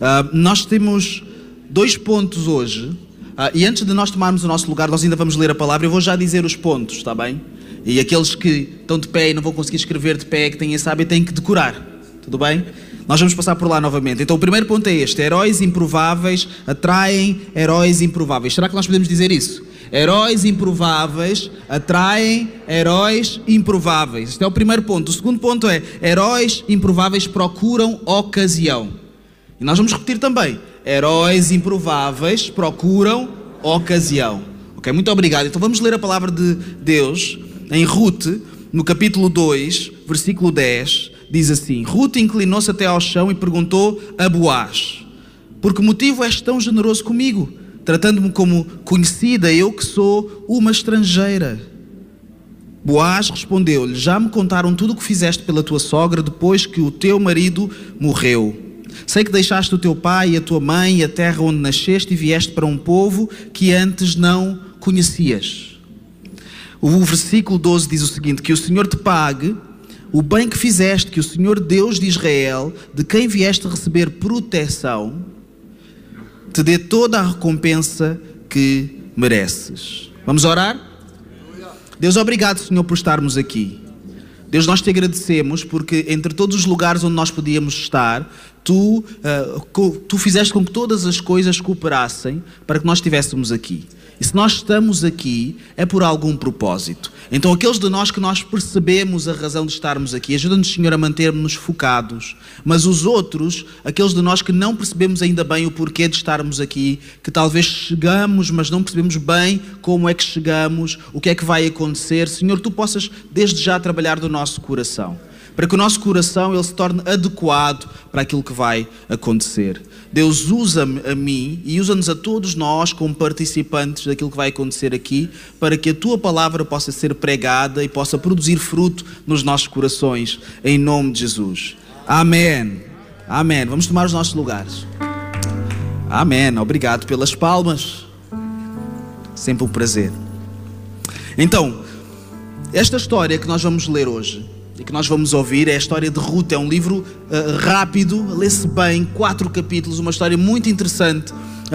Nós temos 2 pontos hoje, e antes de nós tomarmos o nosso lugar, nós ainda vamos ler a palavra. Eu vou já dizer os pontos, está bem? E aqueles que estão de pé e não vão conseguir escrever de pé, que têm esse hábito, têm que decorar, tudo bem? Nós vamos passar por lá novamente. Então o primeiro ponto é este: heróis improváveis atraem heróis improváveis. Será que nós podemos dizer isso? Heróis improváveis atraem heróis improváveis. Este é o primeiro ponto. O segundo ponto é: heróis improváveis procuram ocasião. E nós vamos repetir também: heróis improváveis procuram ocasião. Ok, muito obrigado. Então vamos ler a palavra de Deus em Ruth, no capítulo 2, versículo 10. Diz assim: Ruth inclinou-se até ao chão e perguntou a Boaz: por que motivo és tão generoso comigo, tratando-me como conhecida, eu que sou uma estrangeira? Boaz respondeu-lhe: já me contaram tudo o que fizeste pela tua sogra depois que o teu marido morreu. Sei que deixaste o teu pai e a tua mãe e a terra onde nasceste e vieste para um povo que antes não conhecias. O versículo 12 diz o seguinte: que o Senhor te pague o bem que fizeste, que o Senhor Deus de Israel, de quem vieste receber proteção, te dê toda a recompensa que mereces. Vamos orar? Deus, obrigado, Senhor, por estarmos aqui. Deus, nós te agradecemos porque entre todos os lugares onde nós podíamos estar, Tu fizeste com que todas as coisas cooperassem para que nós estivéssemos aqui. E se nós estamos aqui, é por algum propósito. Então aqueles de nós que nós percebemos a razão de estarmos aqui, ajuda-nos, Senhor, a manter-nos focados. Mas os outros, aqueles de nós que não percebemos ainda bem o porquê de estarmos aqui, que talvez chegamos, mas não percebemos bem como é que chegamos, o que é que vai acontecer, Senhor, Tu possas desde já trabalhar no nosso coração, para que o nosso coração ele se torne adequado para aquilo que vai acontecer. Deus, usa-me a mim e usa-nos a todos nós como participantes daquilo que vai acontecer aqui, para que a Tua palavra possa ser pregada e possa produzir fruto nos nossos corações, em nome de Jesus. Amém. Amém. Vamos tomar os nossos lugares. Amém. Obrigado pelas palmas. Sempre um prazer. Então, esta história que nós vamos ler hoje e que nós vamos ouvir é a história de Ruth. É um livro rápido, lê-se bem, 4 capítulos, uma história muito interessante.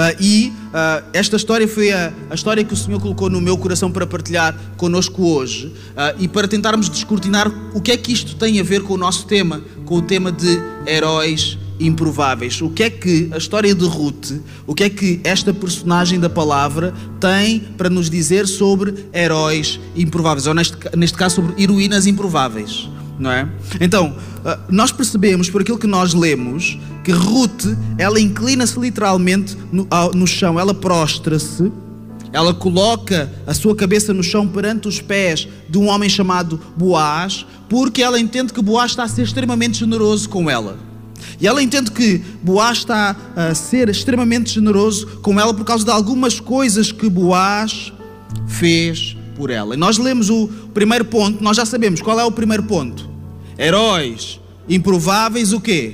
Esta história foi a história que o Senhor colocou no meu coração para partilhar connosco hoje, e para tentarmos descortinar o que é que isto tem a ver com o nosso tema, com o tema de heróis improváveis. O que é que a história de Ruth, o que é que esta personagem da palavra tem para nos dizer sobre heróis improváveis, ou neste caso sobre heroínas improváveis, não é? Então, nós percebemos por aquilo que nós lemos que Ruth, ela inclina-se literalmente no chão, ela prostra-se, ela coloca a sua cabeça no chão perante os pés de um homem chamado Boaz, porque ela entende que Boaz está a ser extremamente generoso com ela. E ela entende que Boaz está a ser extremamente generoso com ela por causa de algumas coisas que Boaz fez por ela. E nós lemos o primeiro ponto, nós já sabemos qual é o primeiro ponto. Heróis improváveis, o quê?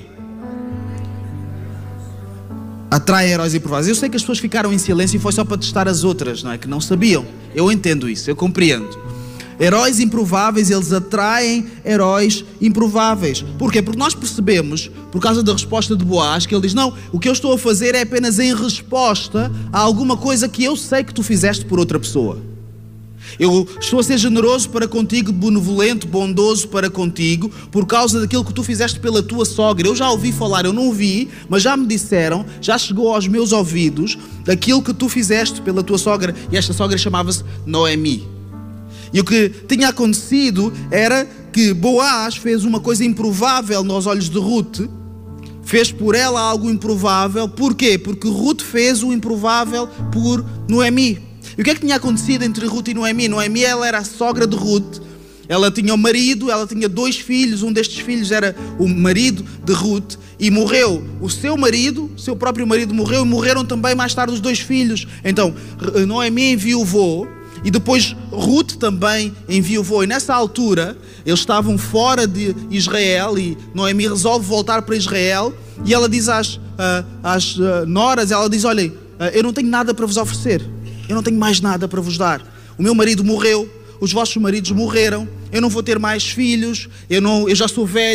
Atrai heróis improváveis. Eu sei que as pessoas ficaram em silêncio e foi só para testar as outras, não é? Que não sabiam. Eu entendo isso, eu compreendo. Heróis improváveis, eles atraem heróis improváveis. Porquê? Porque nós percebemos, por causa da resposta de Boaz, que ele diz: não, o que eu estou a fazer é apenas em resposta a alguma coisa que eu sei que tu fizeste por outra pessoa. Eu estou a ser generoso para contigo, benevolente, bondoso para contigo, por causa daquilo que tu fizeste pela tua sogra. Eu já ouvi falar, eu não vi, mas já me disseram, já chegou aos meus ouvidos, aquilo que tu fizeste pela tua sogra. E esta sogra chamava-se Noemi. E o que tinha acontecido era que Boaz fez uma coisa improvável nos olhos de Ruth, fez por ela algo improvável. Porquê? Porque Ruth fez o improvável por Noemi. E o que é que tinha acontecido entre Ruth e Noemi? Noemi, ela era a sogra de Ruth, ela tinha um marido, ela tinha 2 filhos, um destes filhos era o marido de Ruth, e morreu o seu marido, o seu próprio marido morreu, e morreram também mais tarde os 2 filhos. Então Noemi enviou, e depois Ruth também enviou. E nessa altura, eles estavam fora de Israel e Noemi resolve voltar para Israel. E ela diz às noras, ela diz: olhem, eu não tenho nada para vos oferecer. Eu não tenho mais nada para vos dar. O meu marido morreu, os vossos maridos morreram, eu não vou ter mais filhos, eu já sou velha,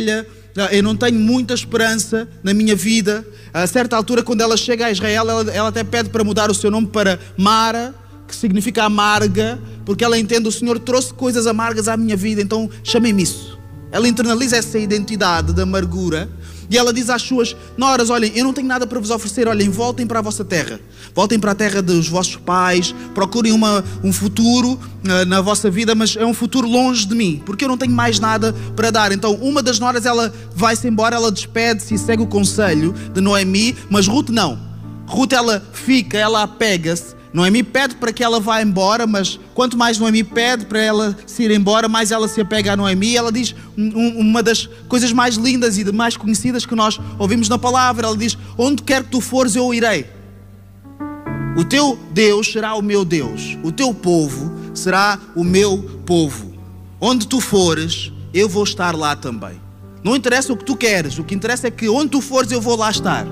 eu não tenho muita esperança na minha vida. A certa altura, quando ela chega a Israel, ela até pede para mudar o seu nome para Mara, que significa amarga, porque ela entende: o Senhor trouxe coisas amargas à minha vida, então chamem-me isso. Ela internaliza essa identidade de amargura e ela diz às suas noras: olhem, eu não tenho nada para vos oferecer, olhem, voltem para a vossa terra. Voltem para a terra dos vossos pais, procurem um futuro na vossa vida, mas é um futuro longe de mim, porque eu não tenho mais nada para dar. Então uma das noras, ela vai-se embora, ela despede-se e segue o conselho de Noemi, mas Ruth não. Ruth, ela fica, ela apega-se. Noemi pede para que ela vá embora, mas quanto mais Noemi pede para ela se ir embora, mais ela se apega a Noemi. Ela diz uma das coisas mais lindas e mais conhecidas que nós ouvimos na palavra. Ela diz: onde quer que tu fores, eu irei. O teu Deus será o meu Deus, o teu povo será o meu povo. Onde tu fores, eu vou estar lá também. Não interessa o que tu queres, o que interessa é que onde tu fores, eu vou lá estar.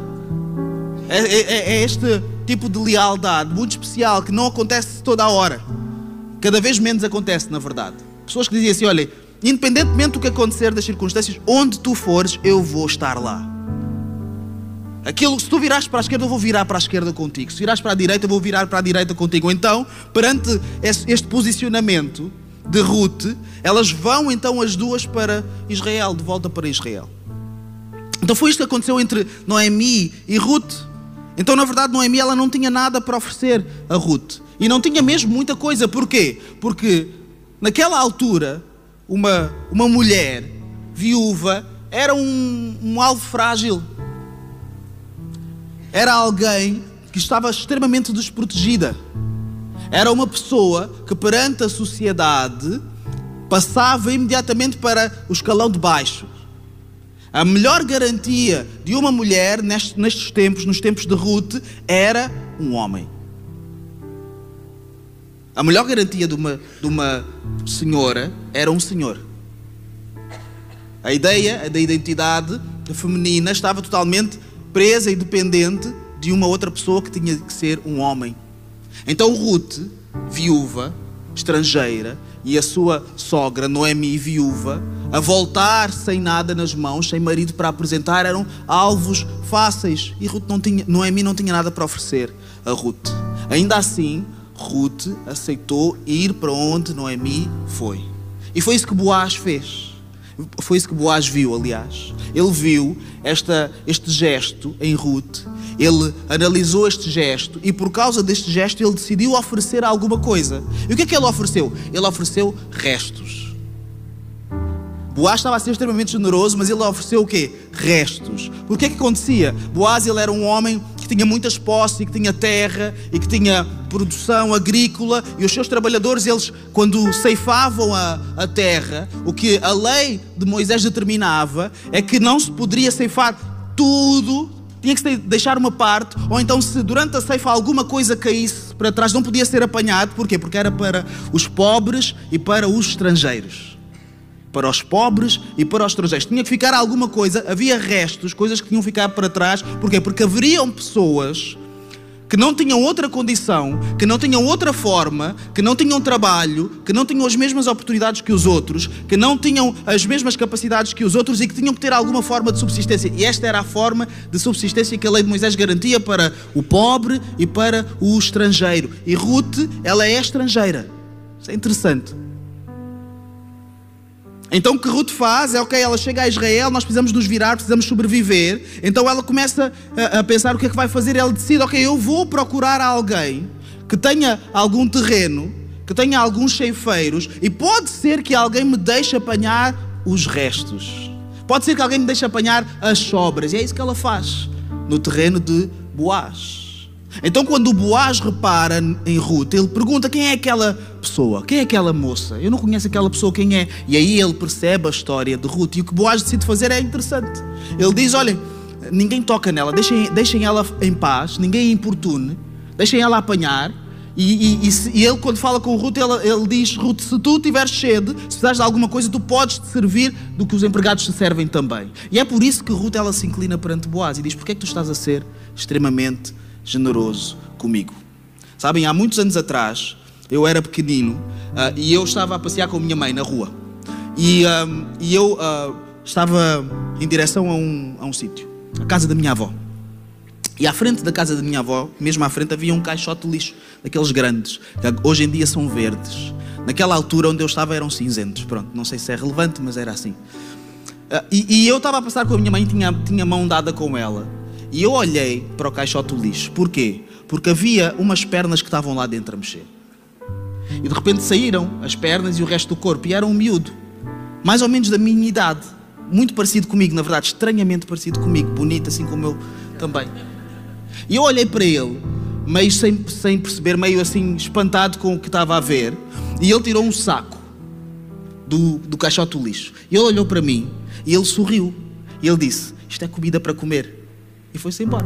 É este tipo de lealdade muito especial que não acontece toda a hora. Cada vez menos acontece, na verdade. Pessoas que dizem assim: olha, independentemente do que acontecer, das circunstâncias, onde tu fores, eu vou estar lá. Se tu virares para a esquerda, eu vou virar para a esquerda contigo. Se virares para a direita, eu vou virar para a direita contigo. Então, perante este posicionamento de Ruth, elas vão então as duas para Israel, de volta para Israel. Então foi isto que aconteceu entre Noemi e Ruth. Então, na verdade, Noemi, ela não tinha nada para oferecer a Ruth. E não tinha mesmo muita coisa. Porquê? Porque naquela altura, uma mulher viúva era um alvo frágil. Era alguém que estava extremamente desprotegida. Era uma pessoa que perante a sociedade passava imediatamente para o escalão de baixo. A melhor garantia de uma mulher nestes tempos, nos tempos de Ruth, era um homem. A melhor garantia de uma senhora era um senhor. A ideia da identidade feminina estava totalmente presa e dependente de uma outra pessoa que tinha que ser um homem. Então Ruth, viúva, estrangeira, e a sua sogra, Noemi, viúva, a voltar sem nada nas mãos, sem marido para apresentar, eram alvos fáceis. E Noemi não tinha nada para oferecer a Ruth. Ainda assim, Ruth aceitou ir para onde Noemi foi. E foi isso que Boaz fez. Foi isso que Boaz viu, aliás. Ele viu este gesto em Ruth. Ele analisou este gesto e por causa deste gesto ele decidiu oferecer alguma coisa. E o que é que ele ofereceu? Ele ofereceu restos. Boaz estava a ser extremamente generoso, mas ele ofereceu o quê? Restos. Porque o que é que acontecia? Boaz, ele era um homem que tinha muitas posses e que tinha terra e que tinha produção agrícola, e os seus trabalhadores, eles, quando ceifavam a terra, o que a lei de Moisés determinava é que não se poderia ceifar tudo, tinha que deixar uma parte, ou então se durante a ceifa alguma coisa caísse para trás, não podia ser apanhado. Porquê? Porque era para os pobres e para os estrangeiros. Para os pobres e para os estrangeiros. Tinha que ficar alguma coisa, havia restos, coisas que tinham que ficar para trás. Porquê? Porque haveriam pessoas que não tinham outra condição, que não tinham outra forma, que não tinham trabalho, que não tinham as mesmas oportunidades que os outros, que não tinham as mesmas capacidades que os outros e que tinham que ter alguma forma de subsistência. E esta era a forma de subsistência que a lei de Moisés garantia para o pobre e para o estrangeiro. E Ruth, ela é estrangeira. Isso é interessante. Então o que Ruth faz é, ok, ela chega a Israel, nós precisamos nos virar, precisamos sobreviver. Então ela começa a pensar o que é que vai fazer. Ela decide, ok, eu vou procurar alguém que tenha algum terreno, que tenha alguns ceifeiros, e pode ser que alguém me deixe apanhar os restos. Pode ser que alguém me deixe apanhar as sobras. E é isso que ela faz no terreno de Boaz. Então quando o Boaz repara em Ruth, ele pergunta: quem é aquela pessoa? Quem é aquela moça? Eu não conheço aquela pessoa, quem é? E aí ele percebe a história de Ruth. E o que Boaz decide fazer é interessante. Ele diz: olhem, ninguém toca nela, deixem ela em paz, ninguém a importune, deixem ela apanhar. E ele, quando fala com Ruth, ele diz: Ruth, se tu tiveres sede, se precisares de alguma coisa, tu podes te servir do que os empregados te servem também. E é por isso que Ruth, ela se inclina perante Boaz e diz: porquê é que tu estás a ser extremamente generoso comigo? Sabem, há muitos anos atrás, eu era pequenino e eu estava a passear com a minha mãe na rua. E eu estava em direção a um sítio, a casa da minha avó. E à frente da casa da minha avó, mesmo à frente, havia um caixote de lixo, daqueles grandes, que hoje em dia são verdes. Naquela altura onde eu estava eram cinzentos. Pronto, não sei se é relevante, mas era assim. E eu estava a passar com a minha mãe, tinha mão dada com ela. E eu olhei para o caixote do lixo. Porquê? Porque havia umas pernas que estavam lá dentro a mexer. E de repente saíram as pernas e o resto do corpo. E era um miúdo, mais ou menos da minha idade. Muito parecido comigo, na verdade, estranhamente parecido comigo. Bonito, assim como eu também. E eu olhei para ele, meio sem perceber, meio assim espantado com o que estava a ver. E ele tirou um saco do caixote do lixo. E ele olhou para mim e ele sorriu. E ele disse, isto é comida para comer. E foi-se embora.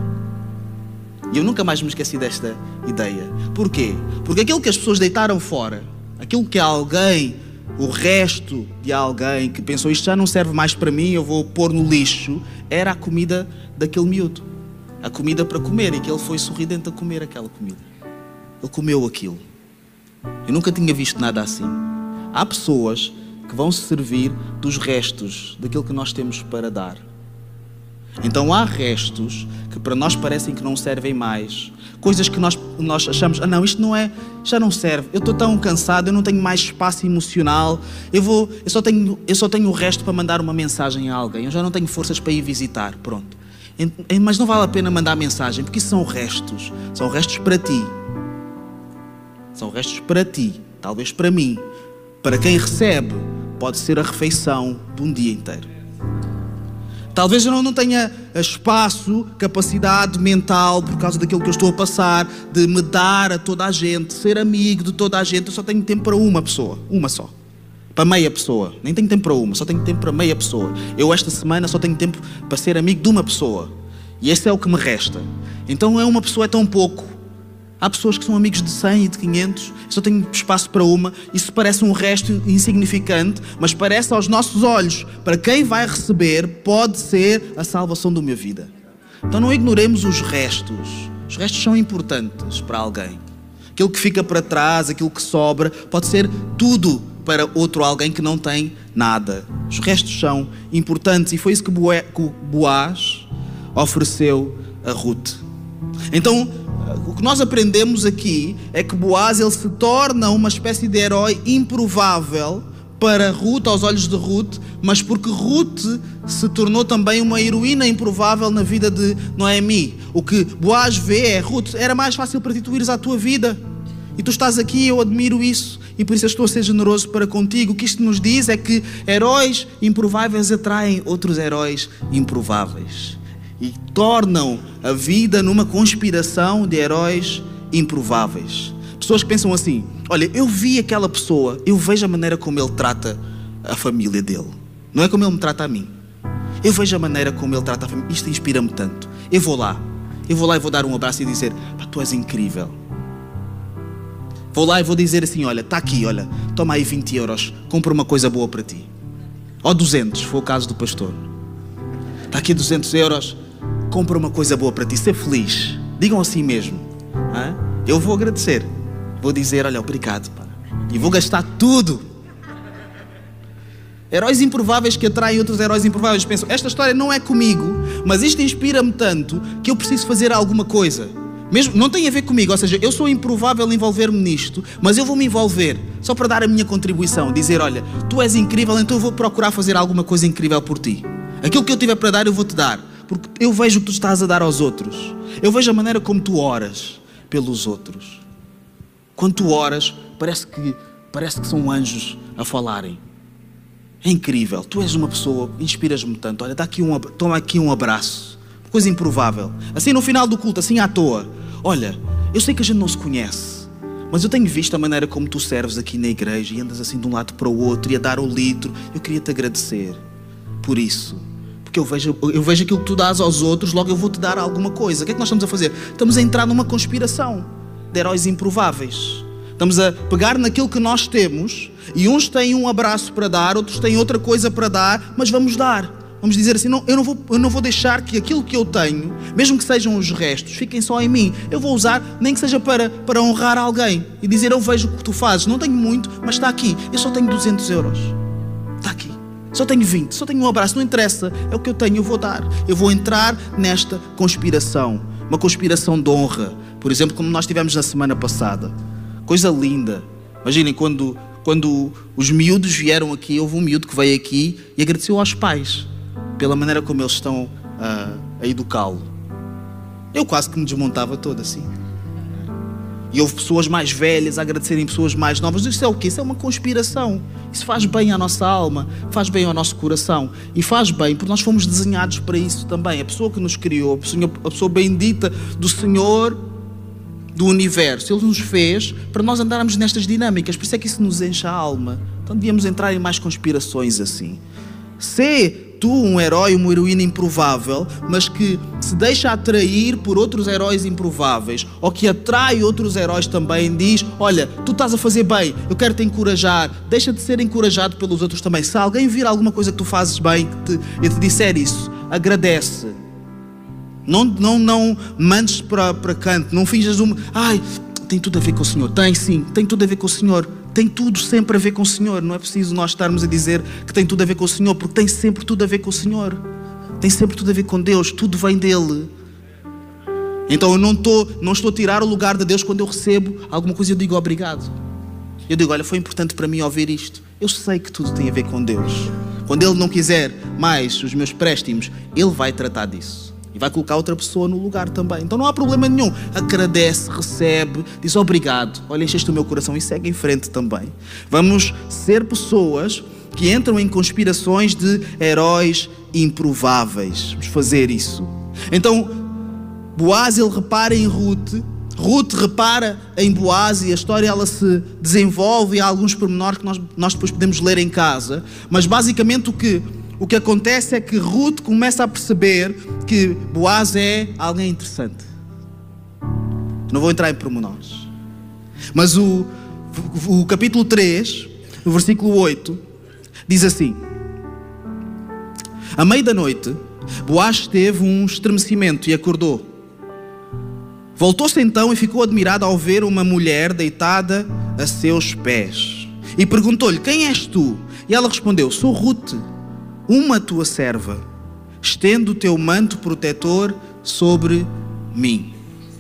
E eu nunca mais me esqueci desta ideia. Porquê? Porque aquilo que as pessoas deitaram fora, aquilo que alguém, o resto de alguém que pensou, isto já não serve mais para mim, eu vou pôr no lixo, era a comida daquele miúdo. A comida para comer, e que ele foi sorridente a comer aquela comida. Ele comeu aquilo. Eu nunca tinha visto nada assim. Há pessoas que vão se servir dos restos daquilo que nós temos para dar. Então há restos que para nós parecem que não servem mais. Coisas que nós achamos, não, isto não é, já não serve. Eu estou tão cansado, eu não tenho mais espaço emocional. Eu só tenho o resto para mandar uma mensagem a alguém. Eu já não tenho forças para ir visitar, pronto. Mas não vale a pena mandar mensagem, porque isso são restos. São restos para ti. São restos para ti, talvez para mim. Para quem recebe, pode ser a refeição de um dia inteiro. Talvez eu não tenha espaço, capacidade mental, por causa daquilo que eu estou a passar, de me dar a toda a gente, ser amigo de toda a gente. Eu só tenho tempo para uma pessoa, uma só. Para meia pessoa. Nem tenho tempo para uma, só tenho tempo para meia pessoa. Eu esta semana só tenho tempo para ser amigo de uma pessoa. E esse é o que me resta. Então uma pessoa é tão pouco. Há pessoas que são amigos de 100 e de 500. Eu só tenho espaço para uma. Isso parece um resto insignificante, mas parece aos nossos olhos, para quem vai receber, pode ser a salvação da minha vida. Então não ignoremos os restos. Os restos são importantes para alguém. Aquilo que fica para trás, aquilo que sobra, pode ser tudo para outro alguém que não tem nada. Os restos são importantes e foi isso que Boaz ofereceu a Ruth. Então, o que nós aprendemos aqui é que Boaz, ele se torna uma espécie de herói improvável para Ruth, aos olhos de Ruth, mas porque Ruth se tornou também uma heroína improvável na vida de Noemi. O que Boaz vê é, Ruth, era mais fácil para ti tu ires à tua vida. E tu estás aqui, eu admiro isso, e por isso eu estou a ser generoso para contigo. O que isto nos diz é que heróis improváveis atraem outros heróis improváveis. E tornam a vida numa conspiração de heróis improváveis. Pessoas que pensam assim, olha, eu vi aquela pessoa, eu vejo a maneira como ele trata a família dele. Não é como ele me trata a mim. Eu vejo a maneira como ele trata a família. Isto inspira-me tanto. Eu vou lá e vou dar um abraço e dizer, pá, tu és incrível. Vou lá e vou dizer assim, olha, está aqui, olha, toma aí 20 euros, compra uma coisa boa para ti. Ou 200, foi o caso do pastor. Está aqui 200 euros, compra uma coisa boa para ti, ser feliz. Digam assim mesmo. Eu vou agradecer. Vou dizer, olha, obrigado, pá. E vou gastar tudo. Heróis improváveis que atraem outros heróis improváveis. Pensam, esta história não é comigo, mas isto inspira-me tanto que eu preciso fazer alguma coisa. Mesmo, não tem a ver comigo, ou seja, eu sou improvável envolver-me nisto, mas eu vou me envolver só para dar a minha contribuição, dizer, olha, tu és incrível, então eu vou procurar fazer alguma coisa incrível por ti. Aquilo que eu tiver para dar, eu vou-te dar, porque eu vejo o que tu estás a dar aos outros. Eu vejo a maneira como tu oras pelos outros. Quando tu oras, parece que são anjos a falarem. É incrível, tu és uma pessoa, inspiras-me tanto, olha, toma aqui um abraço. Coisa improvável. Assim no final do culto, assim à toa. Olha, eu sei que a gente não se conhece, mas eu tenho visto a maneira como tu serves aqui na igreja e andas assim de um lado para o outro e a dar o litro. Eu queria te agradecer por isso. Porque eu vejo aquilo que tu dás aos outros, logo eu vou-te dar alguma coisa. O que é que nós estamos a fazer? Estamos a entrar numa conspiração de heróis improváveis. Estamos a pegar naquilo que nós temos e uns têm um abraço para dar, outros têm outra coisa para dar, mas vamos dar. Vamos dizer assim, não, eu não vou deixar que aquilo que eu tenho, mesmo que sejam os restos, fiquem só em mim. Eu vou usar, nem que seja para honrar alguém e dizer, eu vejo o que tu fazes. Não tenho muito, mas está aqui. Eu só tenho 200 euros. Está aqui. Só tenho 20, só tenho um abraço, não interessa, é o que eu tenho, eu vou dar. Eu vou entrar nesta conspiração, uma conspiração de honra. Por exemplo, como nós tivemos na semana passada. Coisa linda. Imaginem, quando os miúdos vieram aqui, houve um miúdo que veio aqui e agradeceu aos pais pela maneira como eles estão a educá-lo. Eu quase que me desmontava todo assim. E houve pessoas mais velhas a agradecerem pessoas mais novas. Isso é o quê? Isso é uma conspiração. Isso faz bem à nossa alma, faz bem ao nosso coração. E faz bem porque nós fomos desenhados para isso também. A pessoa que nos criou, a pessoa bendita do Senhor do universo, Ele nos fez para nós andarmos nestas dinâmicas. Por isso é que isso nos enche a alma. Então devíamos entrar em mais conspirações assim. Se tu um herói, uma heroína improvável, mas que se deixa atrair por outros heróis improváveis, ou que atrai outros heróis também, diz, olha, tu estás a fazer bem, eu quero te encorajar, deixa de ser encorajado pelos outros também. Se alguém vir alguma coisa que tu fazes bem e te disser isso, agradece. Não mandes para canto, não finjas tem tudo a ver com o Senhor. Tem sim, tem tudo a ver com o Senhor. Tem tudo sempre a ver com o Senhor. Não é preciso nós estarmos a dizer que tem tudo a ver com o Senhor, porque tem sempre tudo a ver com o Senhor. Tem sempre tudo a ver com Deus, tudo vem dEle. Então eu não estou a tirar o lugar de Deus quando eu recebo alguma coisa e eu digo obrigado. Eu digo, olha, foi importante para mim ouvir isto. Eu sei que tudo tem a ver com Deus. Quando Ele não quiser mais os meus préstimos, Ele vai tratar disso. E vai colocar outra pessoa no lugar também. Então não há problema nenhum. Agradece, recebe, diz obrigado. Olha, encheste o meu coração e segue em frente também. Vamos ser pessoas que entram em conspirações de heróis improváveis. Vamos fazer isso. Então, Boaz, ele repara em Ruth. Ruth repara em Boaz e a história ela se desenvolve e há alguns pormenores que nós depois podemos ler em casa. Mas basicamente o que acontece é que Ruth começa a perceber que Boaz é alguém interessante. Não vou entrar em pormenores. Mas o capítulo 3, no versículo 8, diz assim: à meia da noite, Boaz teve um estremecimento e acordou. Voltou-se então e ficou admirado ao ver uma mulher deitada a seus pés. E perguntou-lhe, quem és tu? E ela respondeu, sou Ruth, uma tua serva, estende o teu manto protetor sobre mim.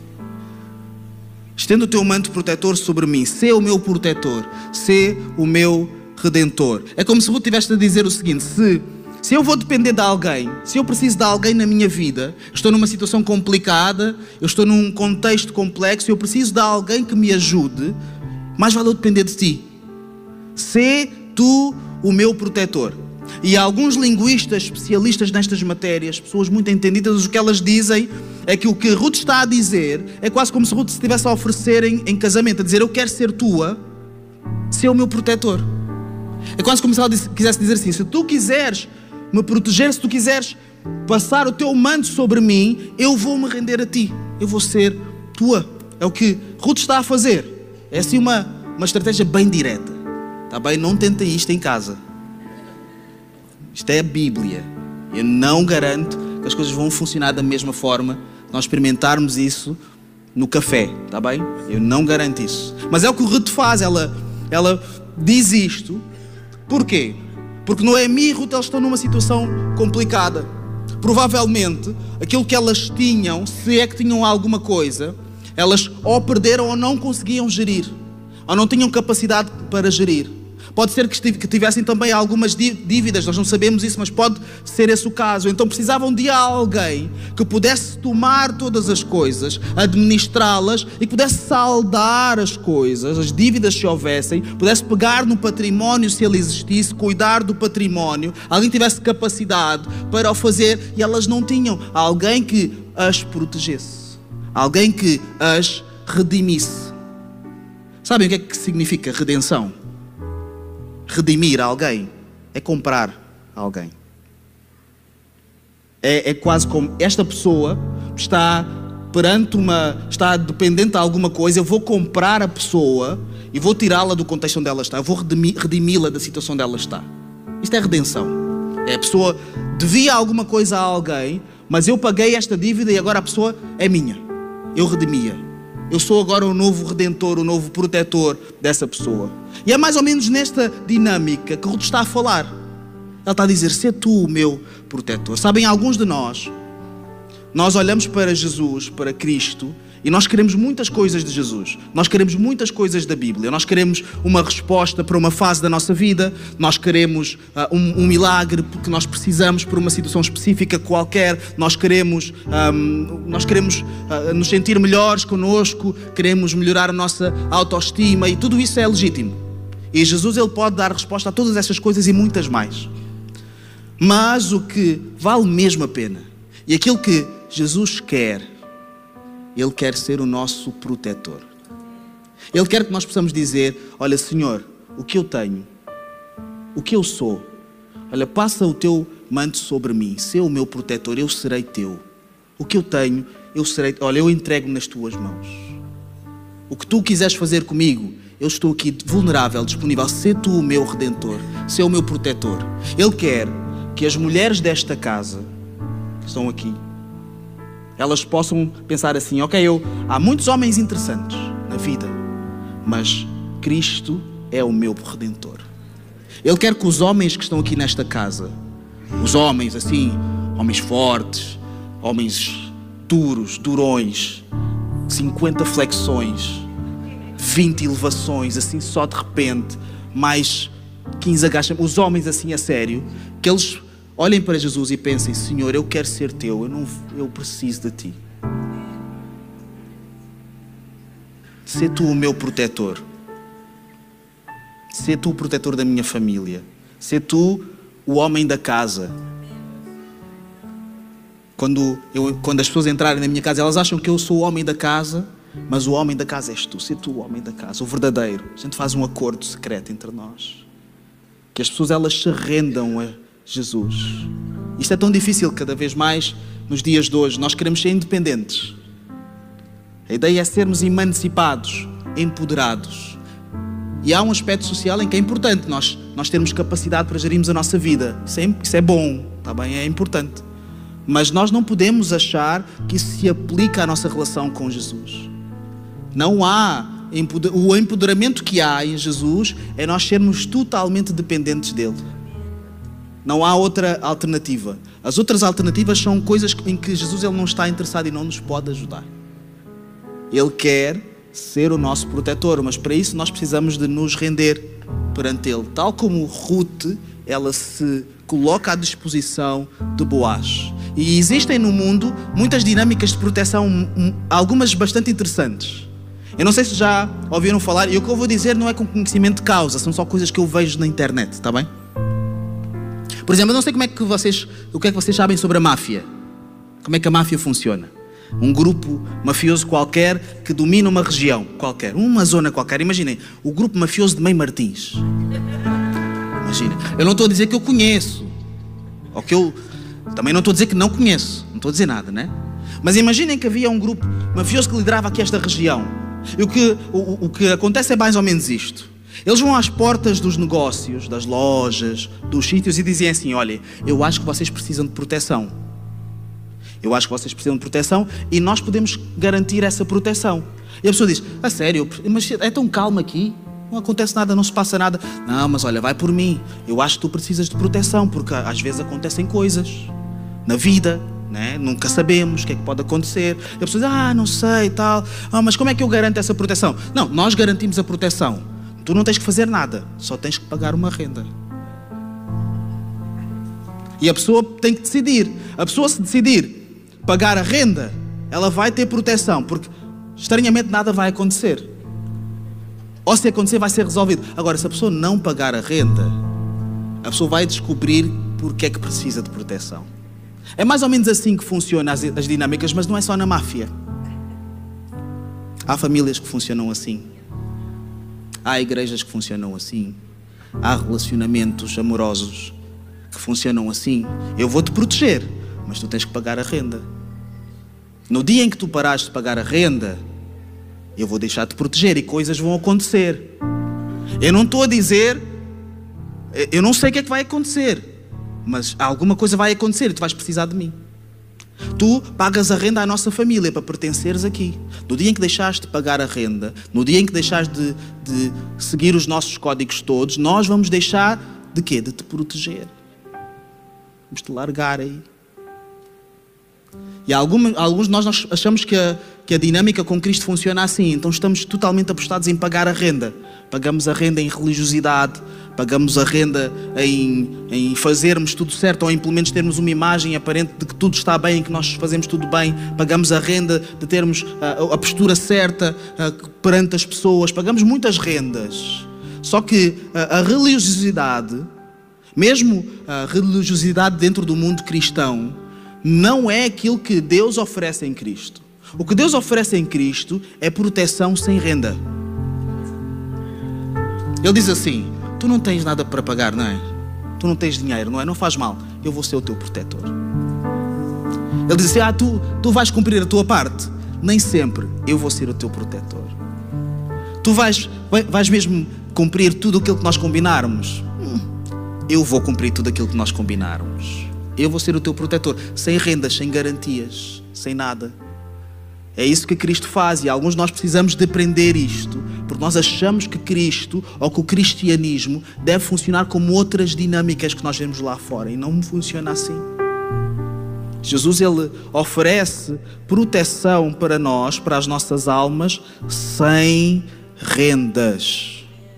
Estende o teu manto protetor sobre mim, sê o meu protetor, sê o meu redentor. É como se Ruth estivesse a dizer o seguinte, se eu vou depender de alguém, se eu preciso de alguém na minha vida, estou numa situação complicada, eu estou num contexto complexo, eu preciso de alguém que me ajude, mais vale eu depender de ti. Sê tu o meu protetor. E alguns linguistas, especialistas nestas matérias, pessoas muito entendidas, o que elas dizem é que o que Ruth está a dizer é quase como se Ruth se estivesse a oferecer em casamento, a dizer, eu quero ser tua, ser o meu protetor. É quase como se ela quisesse dizer assim, se tu quiseres me proteger, se tu quiseres passar o teu manto sobre mim, eu vou me render a ti, eu vou ser tua. É o que Ruth está a fazer. É assim uma estratégia bem direta. Está bem? Não tentem isto em casa. Isto é a Bíblia. Eu não garanto que as coisas vão funcionar da mesma forma se nós experimentarmos isso no café, está bem? Eu não garanto isso. Mas é o que o Ruth faz, ela diz isto. Porquê? Porque Noemi e Ruth elas estão numa situação complicada. Provavelmente, aquilo que elas tinham, se é que tinham alguma coisa, elas ou perderam ou não conseguiam gerir. Ou não tinham capacidade para gerir. Pode ser que tivessem também algumas dívidas, nós não sabemos isso, mas pode ser esse o caso. Então precisavam de alguém que pudesse tomar todas as coisas, administrá-las e pudesse saldar as coisas, as dívidas se houvessem, pudesse pegar no património se ele existisse, cuidar do património, alguém tivesse capacidade para o fazer e elas não tinham. Alguém que as protegesse, alguém que as redimisse. Sabem o que é que significa redenção? Redimir alguém é comprar alguém. É quase como esta pessoa está está dependente de alguma coisa, eu vou comprar a pessoa e vou tirá-la do contexto onde ela está, eu vou redimi-la da situação onde ela está. Isto é redenção. A pessoa devia alguma coisa a alguém, mas eu paguei esta dívida e agora a pessoa é minha. Eu redimia. Eu sou agora o novo redentor, o novo protetor dessa pessoa. E é mais ou menos nesta dinâmica que Ruth está a falar. Ele está a dizer, sê tu o meu protetor. Sabem, alguns de nós olhamos para Jesus, para Cristo, e nós queremos muitas coisas de Jesus. Nós queremos muitas coisas da Bíblia. Nós queremos uma resposta para uma fase da nossa vida. Nós queremos um milagre que nós precisamos por uma situação específica qualquer. Nós queremos nos sentir melhores connosco. Queremos melhorar a nossa autoestima. E tudo isso é legítimo. E Jesus, Ele pode dar resposta a todas essas coisas e muitas mais. Mas o que vale mesmo a pena, e aquilo que Jesus quer, Ele quer ser o nosso protetor. Ele quer que nós possamos dizer, olha Senhor, o que eu tenho, o que eu sou, olha, passa o teu manto sobre mim, sê o meu protetor, eu serei teu. O que eu tenho, eu serei, olha, eu entrego nas tuas mãos. O que tu quiseres fazer comigo, eu estou aqui vulnerável, disponível, sê tu o meu redentor, sê o meu protetor. Ele quer que as mulheres desta casa, que estão aqui, elas possam pensar assim, ok, há muitos homens interessantes na vida, mas Cristo é o meu Redentor. Ele quer que os homens que estão aqui nesta casa, os homens assim, homens fortes, homens duros, durões, 50 flexões, 20 elevações, assim só de repente, mais 15 agachamentos, os homens assim a sério, que eles olhem para Jesus e pensem, Senhor, eu quero ser teu, eu preciso de ti. Sê tu o meu protetor. Sê tu o protetor da minha família. Sê tu o homem da casa. Quando as pessoas entrarem na minha casa, elas acham que eu sou o homem da casa, mas o homem da casa és tu. Sê tu o homem da casa, o verdadeiro. A gente faz um acordo secreto entre nós. Que as pessoas elas se rendam a Jesus. Isto é tão difícil cada vez mais nos dias de hoje. Nós queremos ser independentes. A ideia é sermos emancipados, empoderados. E há um aspecto social em que é importante nós termos capacidade para gerirmos a nossa vida. Isso é bom, está bem? É importante. Mas nós não podemos achar que isso se aplica à nossa relação com Jesus. Não há o empoderamento que há em Jesus é nós sermos totalmente dependentes dele. Não há outra alternativa. As outras alternativas são coisas em que Jesus ele não está interessado e não nos pode ajudar. Ele quer ser o nosso protetor, mas para isso nós precisamos de nos render perante ele. Tal como Ruth, ela se coloca à disposição de Boaz. E existem no mundo muitas dinâmicas de proteção, algumas bastante interessantes. Eu não sei se já ouviram falar, e o que eu vou dizer não é com conhecimento de causa, são só coisas que eu vejo na internet, está bem? Por exemplo, eu não sei o que é que vocês sabem sobre a máfia. Como é que a máfia funciona? Um grupo mafioso qualquer que domina uma região qualquer, uma zona qualquer. Imaginem, o grupo mafioso de Mãe Martins. Imaginem. Eu não estou a dizer que eu conheço. Ou que eu... Também não estou a dizer que não conheço. Não estou a dizer nada, né? Mas imaginem que havia um grupo mafioso que liderava aqui esta região. E o que acontece é mais ou menos isto. Eles vão às portas dos negócios, das lojas, dos sítios e dizem assim, olha, eu acho que vocês precisam de proteção. Eu acho que vocês precisam de proteção e nós podemos garantir essa proteção. E a pessoa diz, a sério, mas é tão calmo aqui, não acontece nada, não se passa nada. Não, mas olha, vai por mim, eu acho que tu precisas de proteção, porque às vezes acontecem coisas na vida, né? Nunca sabemos o que é que pode acontecer. E a pessoa diz, não sei, tal, mas como é que eu garanto essa proteção? Não, nós garantimos a proteção. Tu não tens que fazer nada, só tens que pagar uma renda. E a pessoa tem que decidir. A pessoa se decidir pagar a renda, ela vai ter proteção, porque estranhamente nada vai acontecer. Ou se acontecer vai ser resolvido. Agora, se a pessoa não pagar a renda, a pessoa vai descobrir porque é que precisa de proteção. É mais ou menos assim que funcionam as dinâmicas, mas não é só na máfia. Há famílias que funcionam assim. Há igrejas que funcionam assim. Há relacionamentos amorosos que funcionam assim. Eu vou-te proteger, mas tu tens que pagar a renda. No dia em que tu parares de pagar a renda, eu vou deixar de proteger e coisas vão acontecer. Eu não estou a dizer, eu não sei o que é que vai acontecer, mas alguma coisa vai acontecer e tu vais precisar de mim. Tu pagas a renda à nossa família para pertenceres aqui. No dia em que deixares de pagar a renda, no dia em que deixares de seguir os nossos códigos todos, nós vamos deixar de quê? De te proteger. vamos te largar aí. E alguns de nós achamos que a dinâmica com Cristo funciona assim, então estamos totalmente apostados em pagar a renda. Pagamos a renda em religiosidade, pagamos a renda em fazermos tudo certo, ou em pelo menos termos uma imagem aparente de que tudo está bem, em que nós fazemos tudo bem. Pagamos a renda de termos a postura certa perante as pessoas. Pagamos muitas rendas. Só que a religiosidade, mesmo a religiosidade dentro do mundo cristão, não é aquilo que Deus oferece em Cristo. O que Deus oferece em Cristo é proteção sem renda. Ele diz assim: tu não tens nada para pagar, não é? Tu não tens dinheiro, não é? Não faz mal, eu vou ser o teu protetor. Ele diz assim: tu vais cumprir a tua parte. Nem sempre eu vou ser o teu protetor. Tu vais mesmo cumprir tudo aquilo que nós combinarmos? Eu vou cumprir tudo aquilo que nós combinarmos. Eu vou ser o teu protetor, sem rendas, sem garantias, sem nada. É isso que Cristo faz, e alguns de nós precisamos de aprender isto, porque nós achamos que Cristo, ou que o cristianismo, deve funcionar como outras dinâmicas que nós vemos lá fora, e não funciona assim. Jesus, ele oferece proteção para nós, para as nossas almas, sem rendas.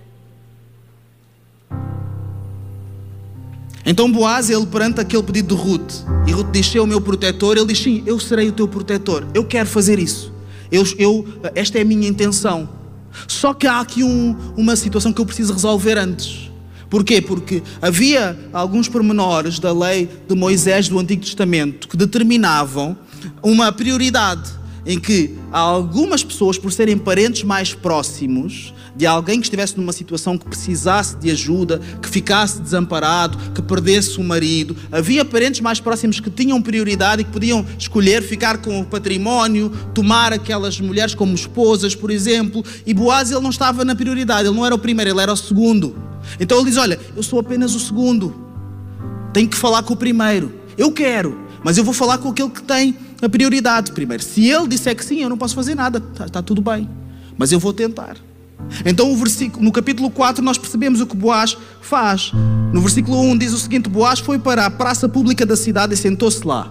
Então Boaz, ele perante aquele pedido de Ruth, e Ruth diz: "Ser o meu protetor", ele diz: "Sim, eu serei o teu protetor, eu quero fazer isso, esta é a minha intenção. Só que há aqui uma situação que eu preciso resolver antes." Porquê? Porque havia alguns pormenores da lei de Moisés do Antigo Testamento que determinavam uma prioridade, em que algumas pessoas, por serem parentes mais próximos de alguém que estivesse numa situação que precisasse de ajuda, que ficasse desamparado, que perdesse o marido, havia parentes mais próximos que tinham prioridade e que podiam escolher ficar com o património, tomar aquelas mulheres como esposas, por exemplo. E Boaz, ele não estava na prioridade, ele não era o primeiro, ele era o segundo. Então ele diz: "Olha, eu sou apenas o segundo, tenho que falar com o primeiro. Eu quero, mas eu vou falar com aquele que tem a prioridade primeiro. Se ele disser que sim, eu não posso fazer nada, está tudo bem, mas eu vou tentar." Então no capítulo 4 nós percebemos o que Boaz faz. No versículo 1 diz o seguinte: Boaz foi para a praça pública da cidade e sentou-se lá.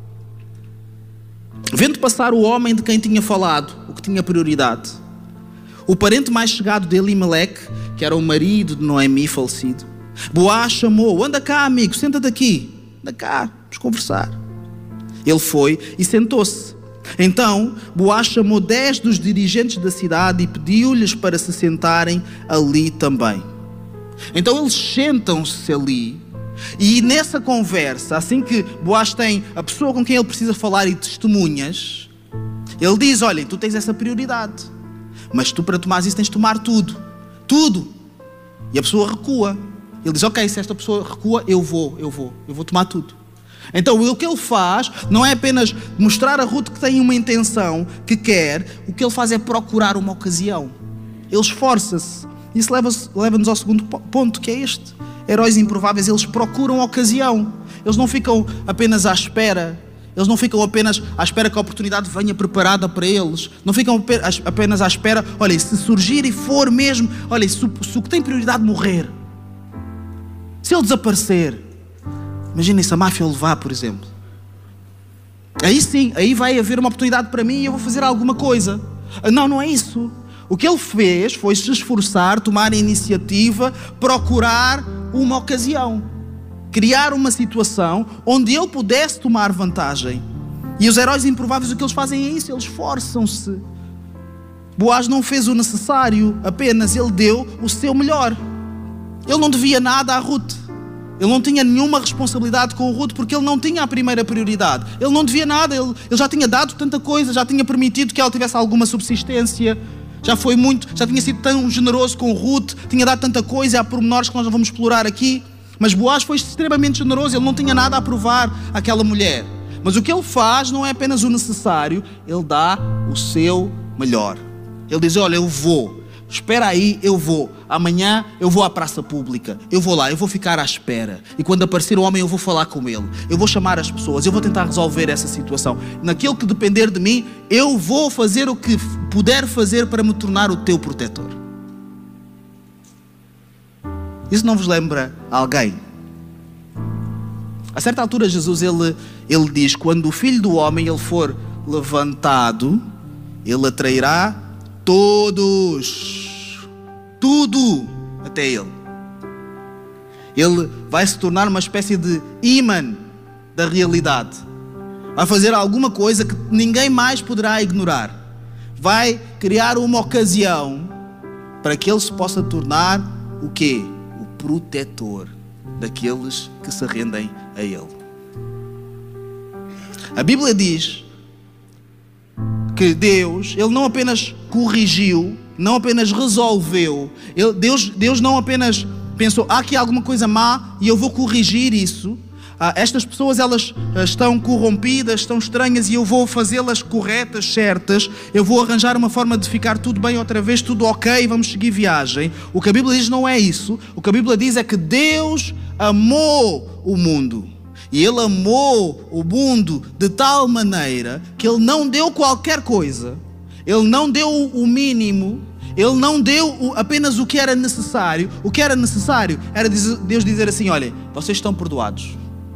Vendo passar o homem de quem tinha falado, o que tinha prioridade, o parente mais chegado de Elimeleque, que era o marido de Noemi falecido, Boaz chamou: "Anda cá, amigo, senta-te aqui, anda cá, vamos conversar." Ele foi e sentou-se. Então Boaz chamou 10 dos dirigentes da cidade e pediu-lhes para se sentarem ali também. Então eles sentam-se ali, e nessa conversa, assim que Boaz tem a pessoa com quem ele precisa falar e testemunhas, ele diz: "Olha, tu tens essa prioridade, mas tu, para tomares isso, tens de tomar tudo. E a pessoa recua. Ele diz: "Ok, se esta pessoa recua, eu vou tomar tudo." Então o que ele faz não é apenas mostrar a Ruth que tem uma intenção, que quer. O que ele faz é procurar uma ocasião. Ele esforça-se. Isso leva-nos ao segundo ponto, que é este: heróis improváveis, eles procuram ocasião. Eles não ficam apenas à espera. Eles não ficam apenas à espera que a oportunidade venha preparada para eles. Não ficam apenas à espera: olha, se surgir e for mesmo, olha, se o que tem prioridade morrer, se ele desaparecer, imaginem se a máfia o levar, por exemplo. Aí sim, aí vai haver uma oportunidade para mim e eu vou fazer alguma coisa. Não é isso. O que ele fez foi se esforçar, tomar a iniciativa, procurar uma ocasião, criar uma situação onde ele pudesse tomar vantagem. E os heróis improváveis, o que eles fazem é isso: eles esforçam-se. Boaz não fez o necessário, apenas ele deu o seu melhor. Ele não devia nada à Ruth. Ele não tinha nenhuma responsabilidade com o Ruth, porque ele não tinha a primeira prioridade. Ele não devia nada, ele já tinha dado tanta coisa, já tinha permitido que ela tivesse alguma subsistência, já tinha sido tão generoso com o Ruth, tinha dado tanta coisa, há pormenores que nós não vamos explorar aqui. Mas Boaz foi extremamente generoso, ele não tinha nada a provar àquela mulher. Mas o que ele faz não é apenas o necessário, ele dá o seu melhor. Ele diz: "Olha, eu vou. Espera aí, eu vou. Amanhã eu vou à praça pública. Eu vou lá, eu vou ficar à espera. E quando aparecer o homem, eu vou falar com ele. Eu vou chamar as pessoas, eu vou tentar resolver essa situação. Naquilo que depender de mim, eu vou fazer o que puder fazer para me tornar o teu protetor." Isso não vos lembra alguém? A certa altura Jesus ele diz: quando o Filho do Homem ele for levantado, ele atrairá todos, tudo até ele. Ele vai se tornar uma espécie de ímã da realidade. Vai fazer alguma coisa que ninguém mais poderá ignorar. Vai criar uma ocasião para que ele se possa tornar o quê? O protetor daqueles que se rendem a ele. A Bíblia diz que Deus, Ele não apenas corrigiu, não apenas resolveu, Deus não apenas pensou, há aqui alguma coisa má e eu vou corrigir isso. Estas pessoas, elas estão corrompidas, estão estranhas e eu vou fazê-las corretas, certas. Eu vou arranjar uma forma de ficar tudo bem outra vez, tudo ok, vamos seguir viagem. O que a Bíblia diz não é isso. O que a Bíblia diz é que Deus amou o mundo. E Ele amou o mundo de tal maneira que Ele não deu qualquer coisa. Ele não deu o mínimo. Ele não deu apenas o que era necessário. O que era necessário era Deus dizer assim: olha, vocês estão perdoados.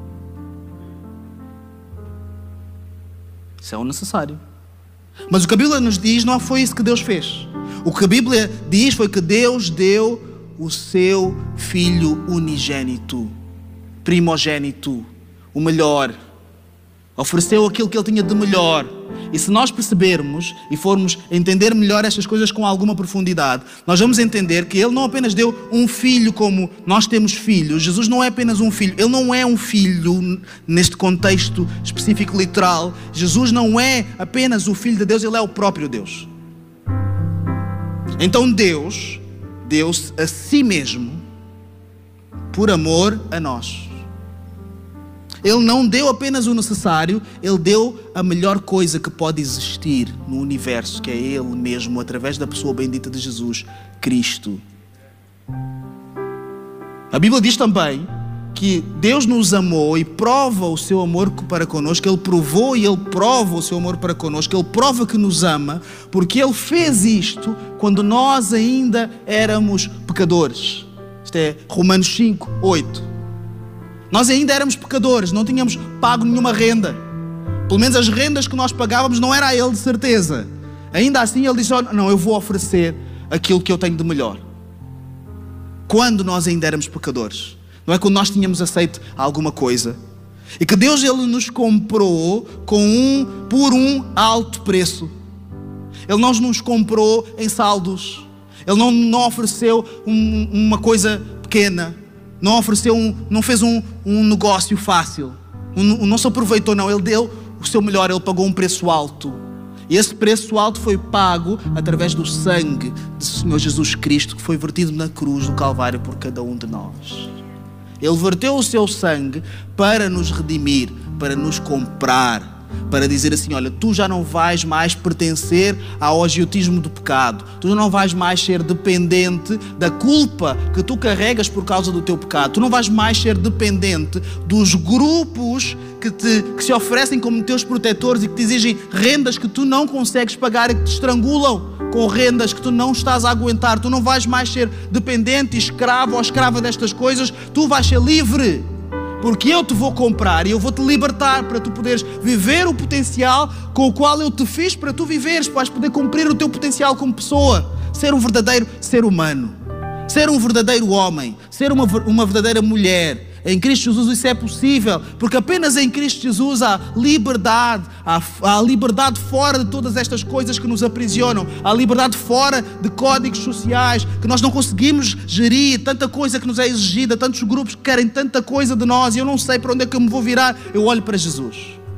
Isso é o necessário. Mas o que a Bíblia nos diz não foi isso que Deus fez. O que a Bíblia diz foi que Deus deu o seu Filho unigênito, primogênito, o melhor. Ofereceu aquilo que Ele tinha de melhor. E se nós percebermos e formos entender melhor estas coisas com alguma profundidade, nós vamos entender que Ele não apenas deu um filho como nós temos filhos. Jesus não é apenas um filho. Ele não é um filho neste contexto específico literal. Jesus não é apenas o Filho de Deus, Ele é o próprio Deus. Então Deus deu-se a si mesmo por amor a nós. Ele não deu apenas o necessário, Ele deu a melhor coisa que pode existir no universo, que é Ele mesmo, através da pessoa bendita de Jesus, Cristo. A Bíblia diz também que Deus nos amou e prova o seu amor para connosco. Ele provou e Ele prova o seu amor para connosco. Ele prova que nos ama, porque Ele fez isto quando nós ainda éramos pecadores. Isto é Romanos 5, 8. Nós ainda éramos pecadores, não tínhamos pago nenhuma renda. Pelo menos as rendas que nós pagávamos não era a Ele de certeza. Ainda assim Ele disse: não, eu vou oferecer aquilo que eu tenho de melhor. Quando nós ainda éramos pecadores. Não é quando nós tínhamos aceito alguma coisa. E que Deus, Ele nos comprou por um alto preço. Ele não nos comprou em saldos. Ele não ofereceu uma coisa pequena. Não ofereceu não fez um negócio fácil. Não se aproveitou, não. Ele deu o seu melhor, Ele pagou um preço alto. E esse preço alto foi pago através do sangue do Senhor Jesus Cristo, que foi vertido na cruz do Calvário por cada um de nós. Ele verteu o seu sangue para nos redimir, para nos comprar, para dizer assim: olha, tu já não vais mais pertencer ao agiotismo do pecado. Tu já não vais mais ser dependente da culpa que tu carregas por causa do teu pecado. Tu não vais mais ser dependente dos grupos que se oferecem como teus protetores e que te exigem rendas que tu não consegues pagar e que te estrangulam com rendas que tu não estás a aguentar. Tu não vais mais ser dependente, escravo ou escrava destas coisas. Tu vais ser livre. Porque eu te vou comprar e eu vou te libertar para tu poderes viver o potencial com o qual eu te fiz para tu viveres. Vais poder cumprir o teu potencial como pessoa. Ser um verdadeiro ser humano. Ser um verdadeiro homem. Ser uma verdadeira mulher. Em Cristo Jesus isso é possível, porque apenas em Cristo Jesus há liberdade, há liberdade fora de todas estas coisas que nos aprisionam, há liberdade fora de códigos sociais que nós não conseguimos gerir, tanta coisa que nos é exigida, tantos grupos que querem tanta coisa de nós e eu não sei para onde é que eu me vou virar. Eu olho para Jesus,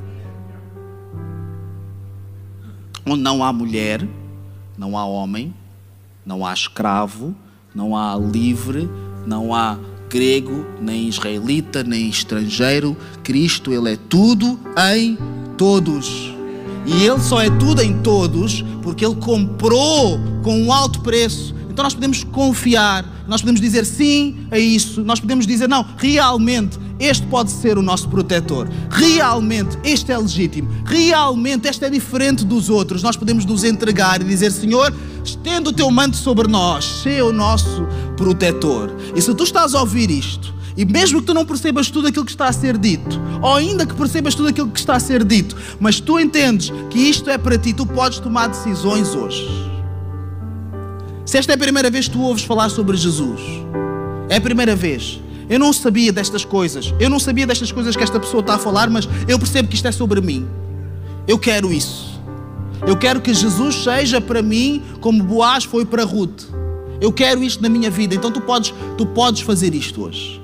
onde não há mulher, não há homem, não há escravo, não há livre, não há grego, nem israelita, nem estrangeiro. Cristo, Ele é tudo em todos. E Ele só é tudo em todos porque Ele comprou com um alto preço. Então nós podemos confiar, nós podemos dizer sim a isso, nós podemos dizer não, realmente este pode ser o nosso protetor, realmente este é legítimo, realmente este é diferente dos outros. Nós podemos nos entregar e dizer: Senhor, estenda o teu manto sobre nós, seja o nosso protetor. E se tu estás a ouvir isto E mesmo que tu não percebas tudo aquilo que está a ser dito, ou ainda que percebas tudo aquilo que está a ser dito, mas tu entendes que isto é para ti, tu podes tomar decisões hoje. Se esta é a primeira vez que tu ouves falar sobre Jesus, é a primeira vez. Eu não sabia destas coisas. Eu não sabia destas coisas que esta pessoa está a falar, mas eu percebo que isto é sobre mim. Eu quero isso. Eu quero que Jesus seja para mim como Boaz foi para Ruth. Eu quero isto na minha vida. Então tu podes fazer isto hoje.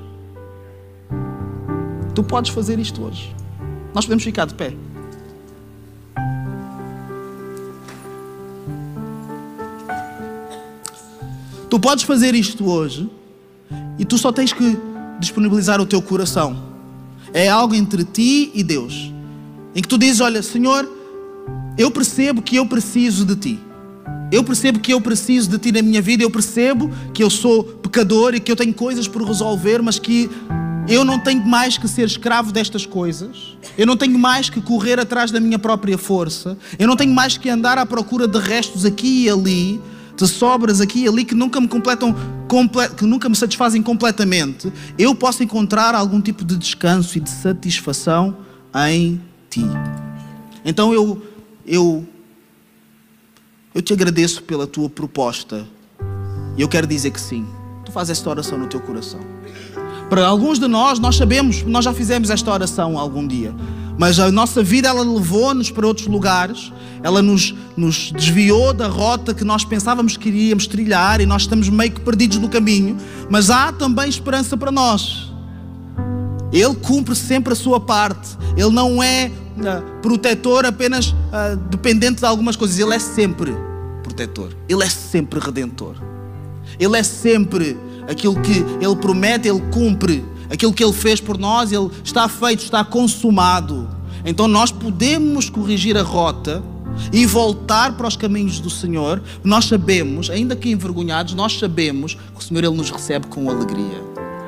Tu podes fazer isto hoje. Nós podemos ficar de pé. Tu podes fazer isto hoje e tu só tens que disponibilizar o teu coração. É algo entre ti e Deus, em que tu dizes: olha, Senhor, eu percebo que eu preciso de ti. Eu percebo que eu preciso de ti na minha vida. Eu percebo que eu sou pecador e que eu tenho coisas por resolver, mas que eu não tenho mais que ser escravo destas coisas. Eu não tenho mais que correr atrás da minha própria força. Eu não tenho mais que andar à procura de restos aqui e ali, de sobras aqui e ali que nunca me que nunca me satisfazem completamente. Eu posso encontrar algum tipo de descanso e de satisfação em ti. Então eu te agradeço pela tua proposta e eu quero dizer que sim, tu fazes esta oração no teu coração. Para alguns de nós sabemos, nós já fizemos esta oração algum dia, mas a nossa vida ela levou-nos para outros lugares, ela nos desviou da rota que nós pensávamos que iríamos trilhar e nós estamos meio que perdidos no caminho, mas há também esperança para nós. Ele cumpre sempre a sua parte. Ele não é protetor apenas dependente de algumas coisas. Ele é sempre protetor. Ele é sempre redentor. Ele é sempre aquilo que Ele promete, Ele cumpre. Aquilo que Ele fez por nós, Ele está feito, está consumado. Então nós podemos corrigir a rota e voltar para os caminhos do Senhor. Nós sabemos, ainda que envergonhados, nós sabemos que o Senhor Ele nos recebe com alegria.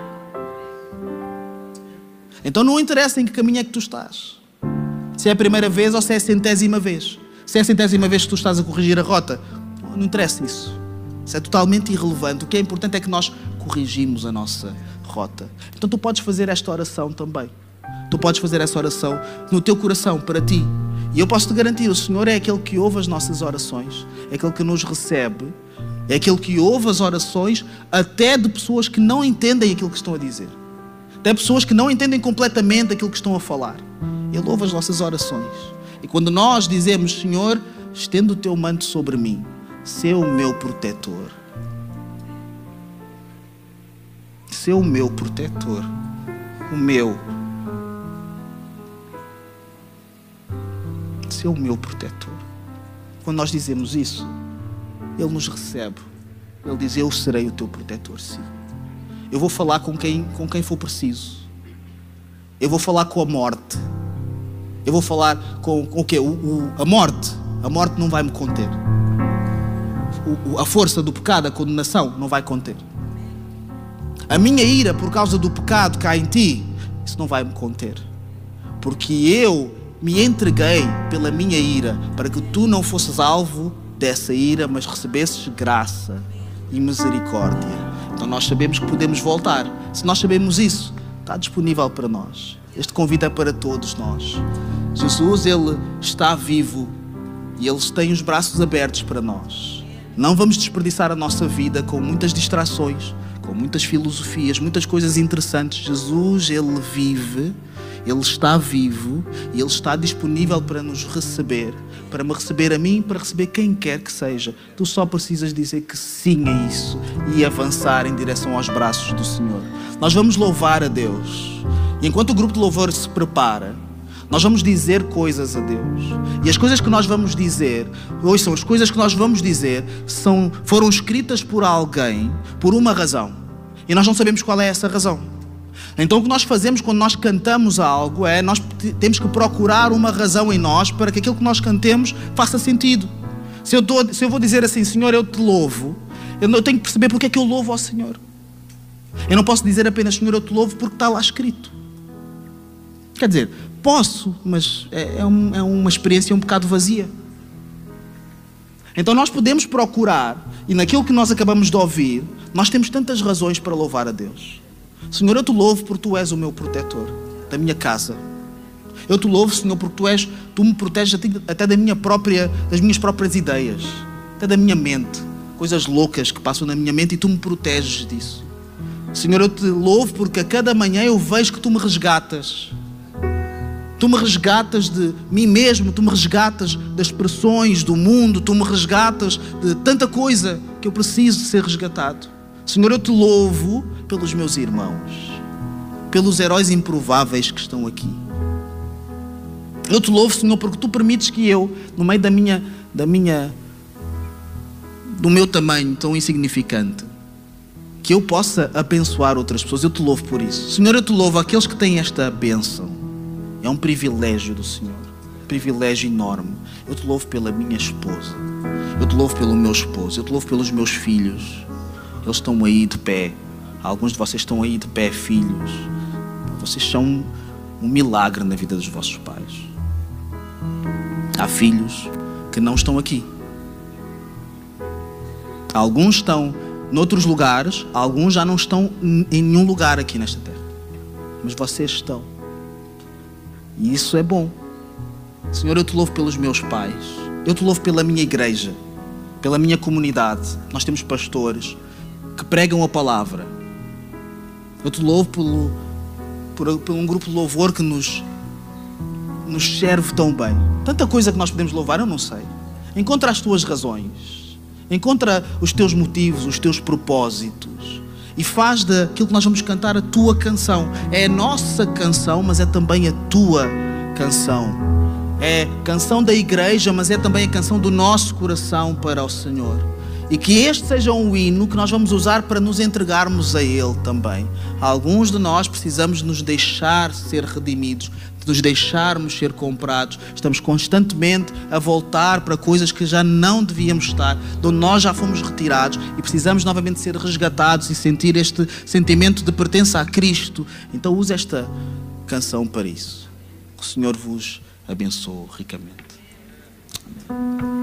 Então não interessa em que caminho é que tu estás. Se é a primeira vez ou se é a 100ª vez. Se é a 100ª vez que tu estás a corrigir a rota, não interessa isso. Isso é totalmente irrelevante. O que é importante é que nós corrigimos a nossa rota. Então tu podes fazer esta oração também. Tu podes fazer essa oração no teu coração, para ti. E eu posso te garantir, o Senhor é aquele que ouve as nossas orações. É aquele que nos recebe. É aquele que ouve as orações até de pessoas que não entendem aquilo que estão a dizer. Até pessoas que não entendem completamente aquilo que estão a falar. Ele ouve as nossas orações. E quando nós dizemos: Senhor, estende o teu manto sobre mim, sê o meu protetor. Sê o meu protetor. O meu. Sê o meu protetor. Quando nós dizemos isso, Ele nos recebe. Ele diz: eu serei o teu protetor, sim. Eu vou falar com quem for preciso. Eu vou falar com a morte. Eu vou falar com o quê? A morte. A morte não vai me conter. A força do pecado, a condenação, não vai conter. A minha ira por causa do pecado cá em ti, isso não vai me conter. Porque eu me entreguei pela minha ira para que tu não fosses alvo dessa ira, mas recebesses graça e misericórdia. Então nós sabemos que podemos voltar. Se nós sabemos isso, está disponível para nós. Este convite é para todos nós. Jesus, Ele está vivo e Ele tem os braços abertos para nós. Não vamos desperdiçar a nossa vida com muitas distrações, com muitas filosofias, muitas coisas interessantes. Jesus, Ele vive, Ele está vivo e Ele está disponível para nos receber, para me receber a mim, para receber quem quer que seja. Tu só precisas dizer que sim a isso e avançar em direção aos braços do Senhor. Nós vamos louvar a Deus. E enquanto o grupo de louvor se prepara, nós vamos dizer coisas a Deus. E as coisas que nós vamos dizer, ouçam, as coisas que nós vamos dizer foram escritas por alguém, por uma razão. E nós não sabemos qual é essa razão. Então o que nós fazemos quando nós cantamos algo é, nós temos que procurar uma razão em nós para que aquilo que nós cantemos faça sentido. Se eu vou dizer assim: Senhor, eu te louvo, eu tenho que perceber porque é que eu louvo ao Senhor. Eu não posso dizer apenas: Senhor, eu te louvo, porque está lá escrito. Quer dizer, posso, mas é uma experiência um bocado vazia. Então nós podemos procurar, e naquilo que nós acabamos de ouvir, nós temos tantas razões para louvar a Deus. Senhor, eu te louvo porque tu és o meu protetor da minha casa. Eu te louvo, Senhor, porque tu me proteges até das minhas próprias ideias, até da minha mente, coisas loucas que passam na minha mente e tu me proteges disso. Senhor, eu te louvo porque a cada manhã eu vejo que tu me resgatas. Tu me resgatas de mim mesmo, tu me resgatas das pressões do mundo, tu me resgatas de tanta coisa que eu preciso de ser resgatado. Senhor, eu te louvo pelos meus irmãos, pelos heróis improváveis que estão aqui. Eu te louvo, Senhor, porque tu permites que eu, no meio do meu tamanho tão insignificante, que eu possa abençoar outras pessoas. Eu te louvo por isso. Senhor, eu te louvo aqueles que têm esta bênção. É um privilégio do Senhor, um privilégio enorme. Eu te louvo pela minha esposa, eu te louvo pelo meu esposo, eu te louvo pelos meus filhos. Eles estão aí de pé. Alguns de vocês estão aí de pé, filhos. Vocês são um milagre na vida dos vossos pais. Há filhos que não estão aqui. Alguns estão noutros lugares, alguns já não estão em nenhum lugar aqui nesta terra. Mas vocês estão. E isso é bom. Senhor, eu te louvo pelos meus pais. Eu te louvo pela minha igreja, pela minha comunidade. Nós temos pastores que pregam a palavra. Eu te louvo por um grupo de louvor que nos serve tão bem. Tanta coisa que nós podemos louvar, eu não sei. Encontra as tuas razões. Encontra os teus motivos, os teus propósitos. E faz daquilo que nós vamos cantar a tua canção. É a nossa canção, mas é também a tua canção. É canção da igreja, mas é também a canção do nosso coração para o Senhor. E que este seja um hino que nós vamos usar para nos entregarmos a Ele também. Alguns de nós precisamos nos deixar ser redimidos, de nos deixarmos ser comprados. Estamos constantemente a voltar para coisas que já não devíamos estar, de onde nós já fomos retirados e precisamos novamente ser resgatados e sentir este sentimento de pertença a Cristo. Então use esta canção para isso. Que o Senhor vos abençoe ricamente. Amém.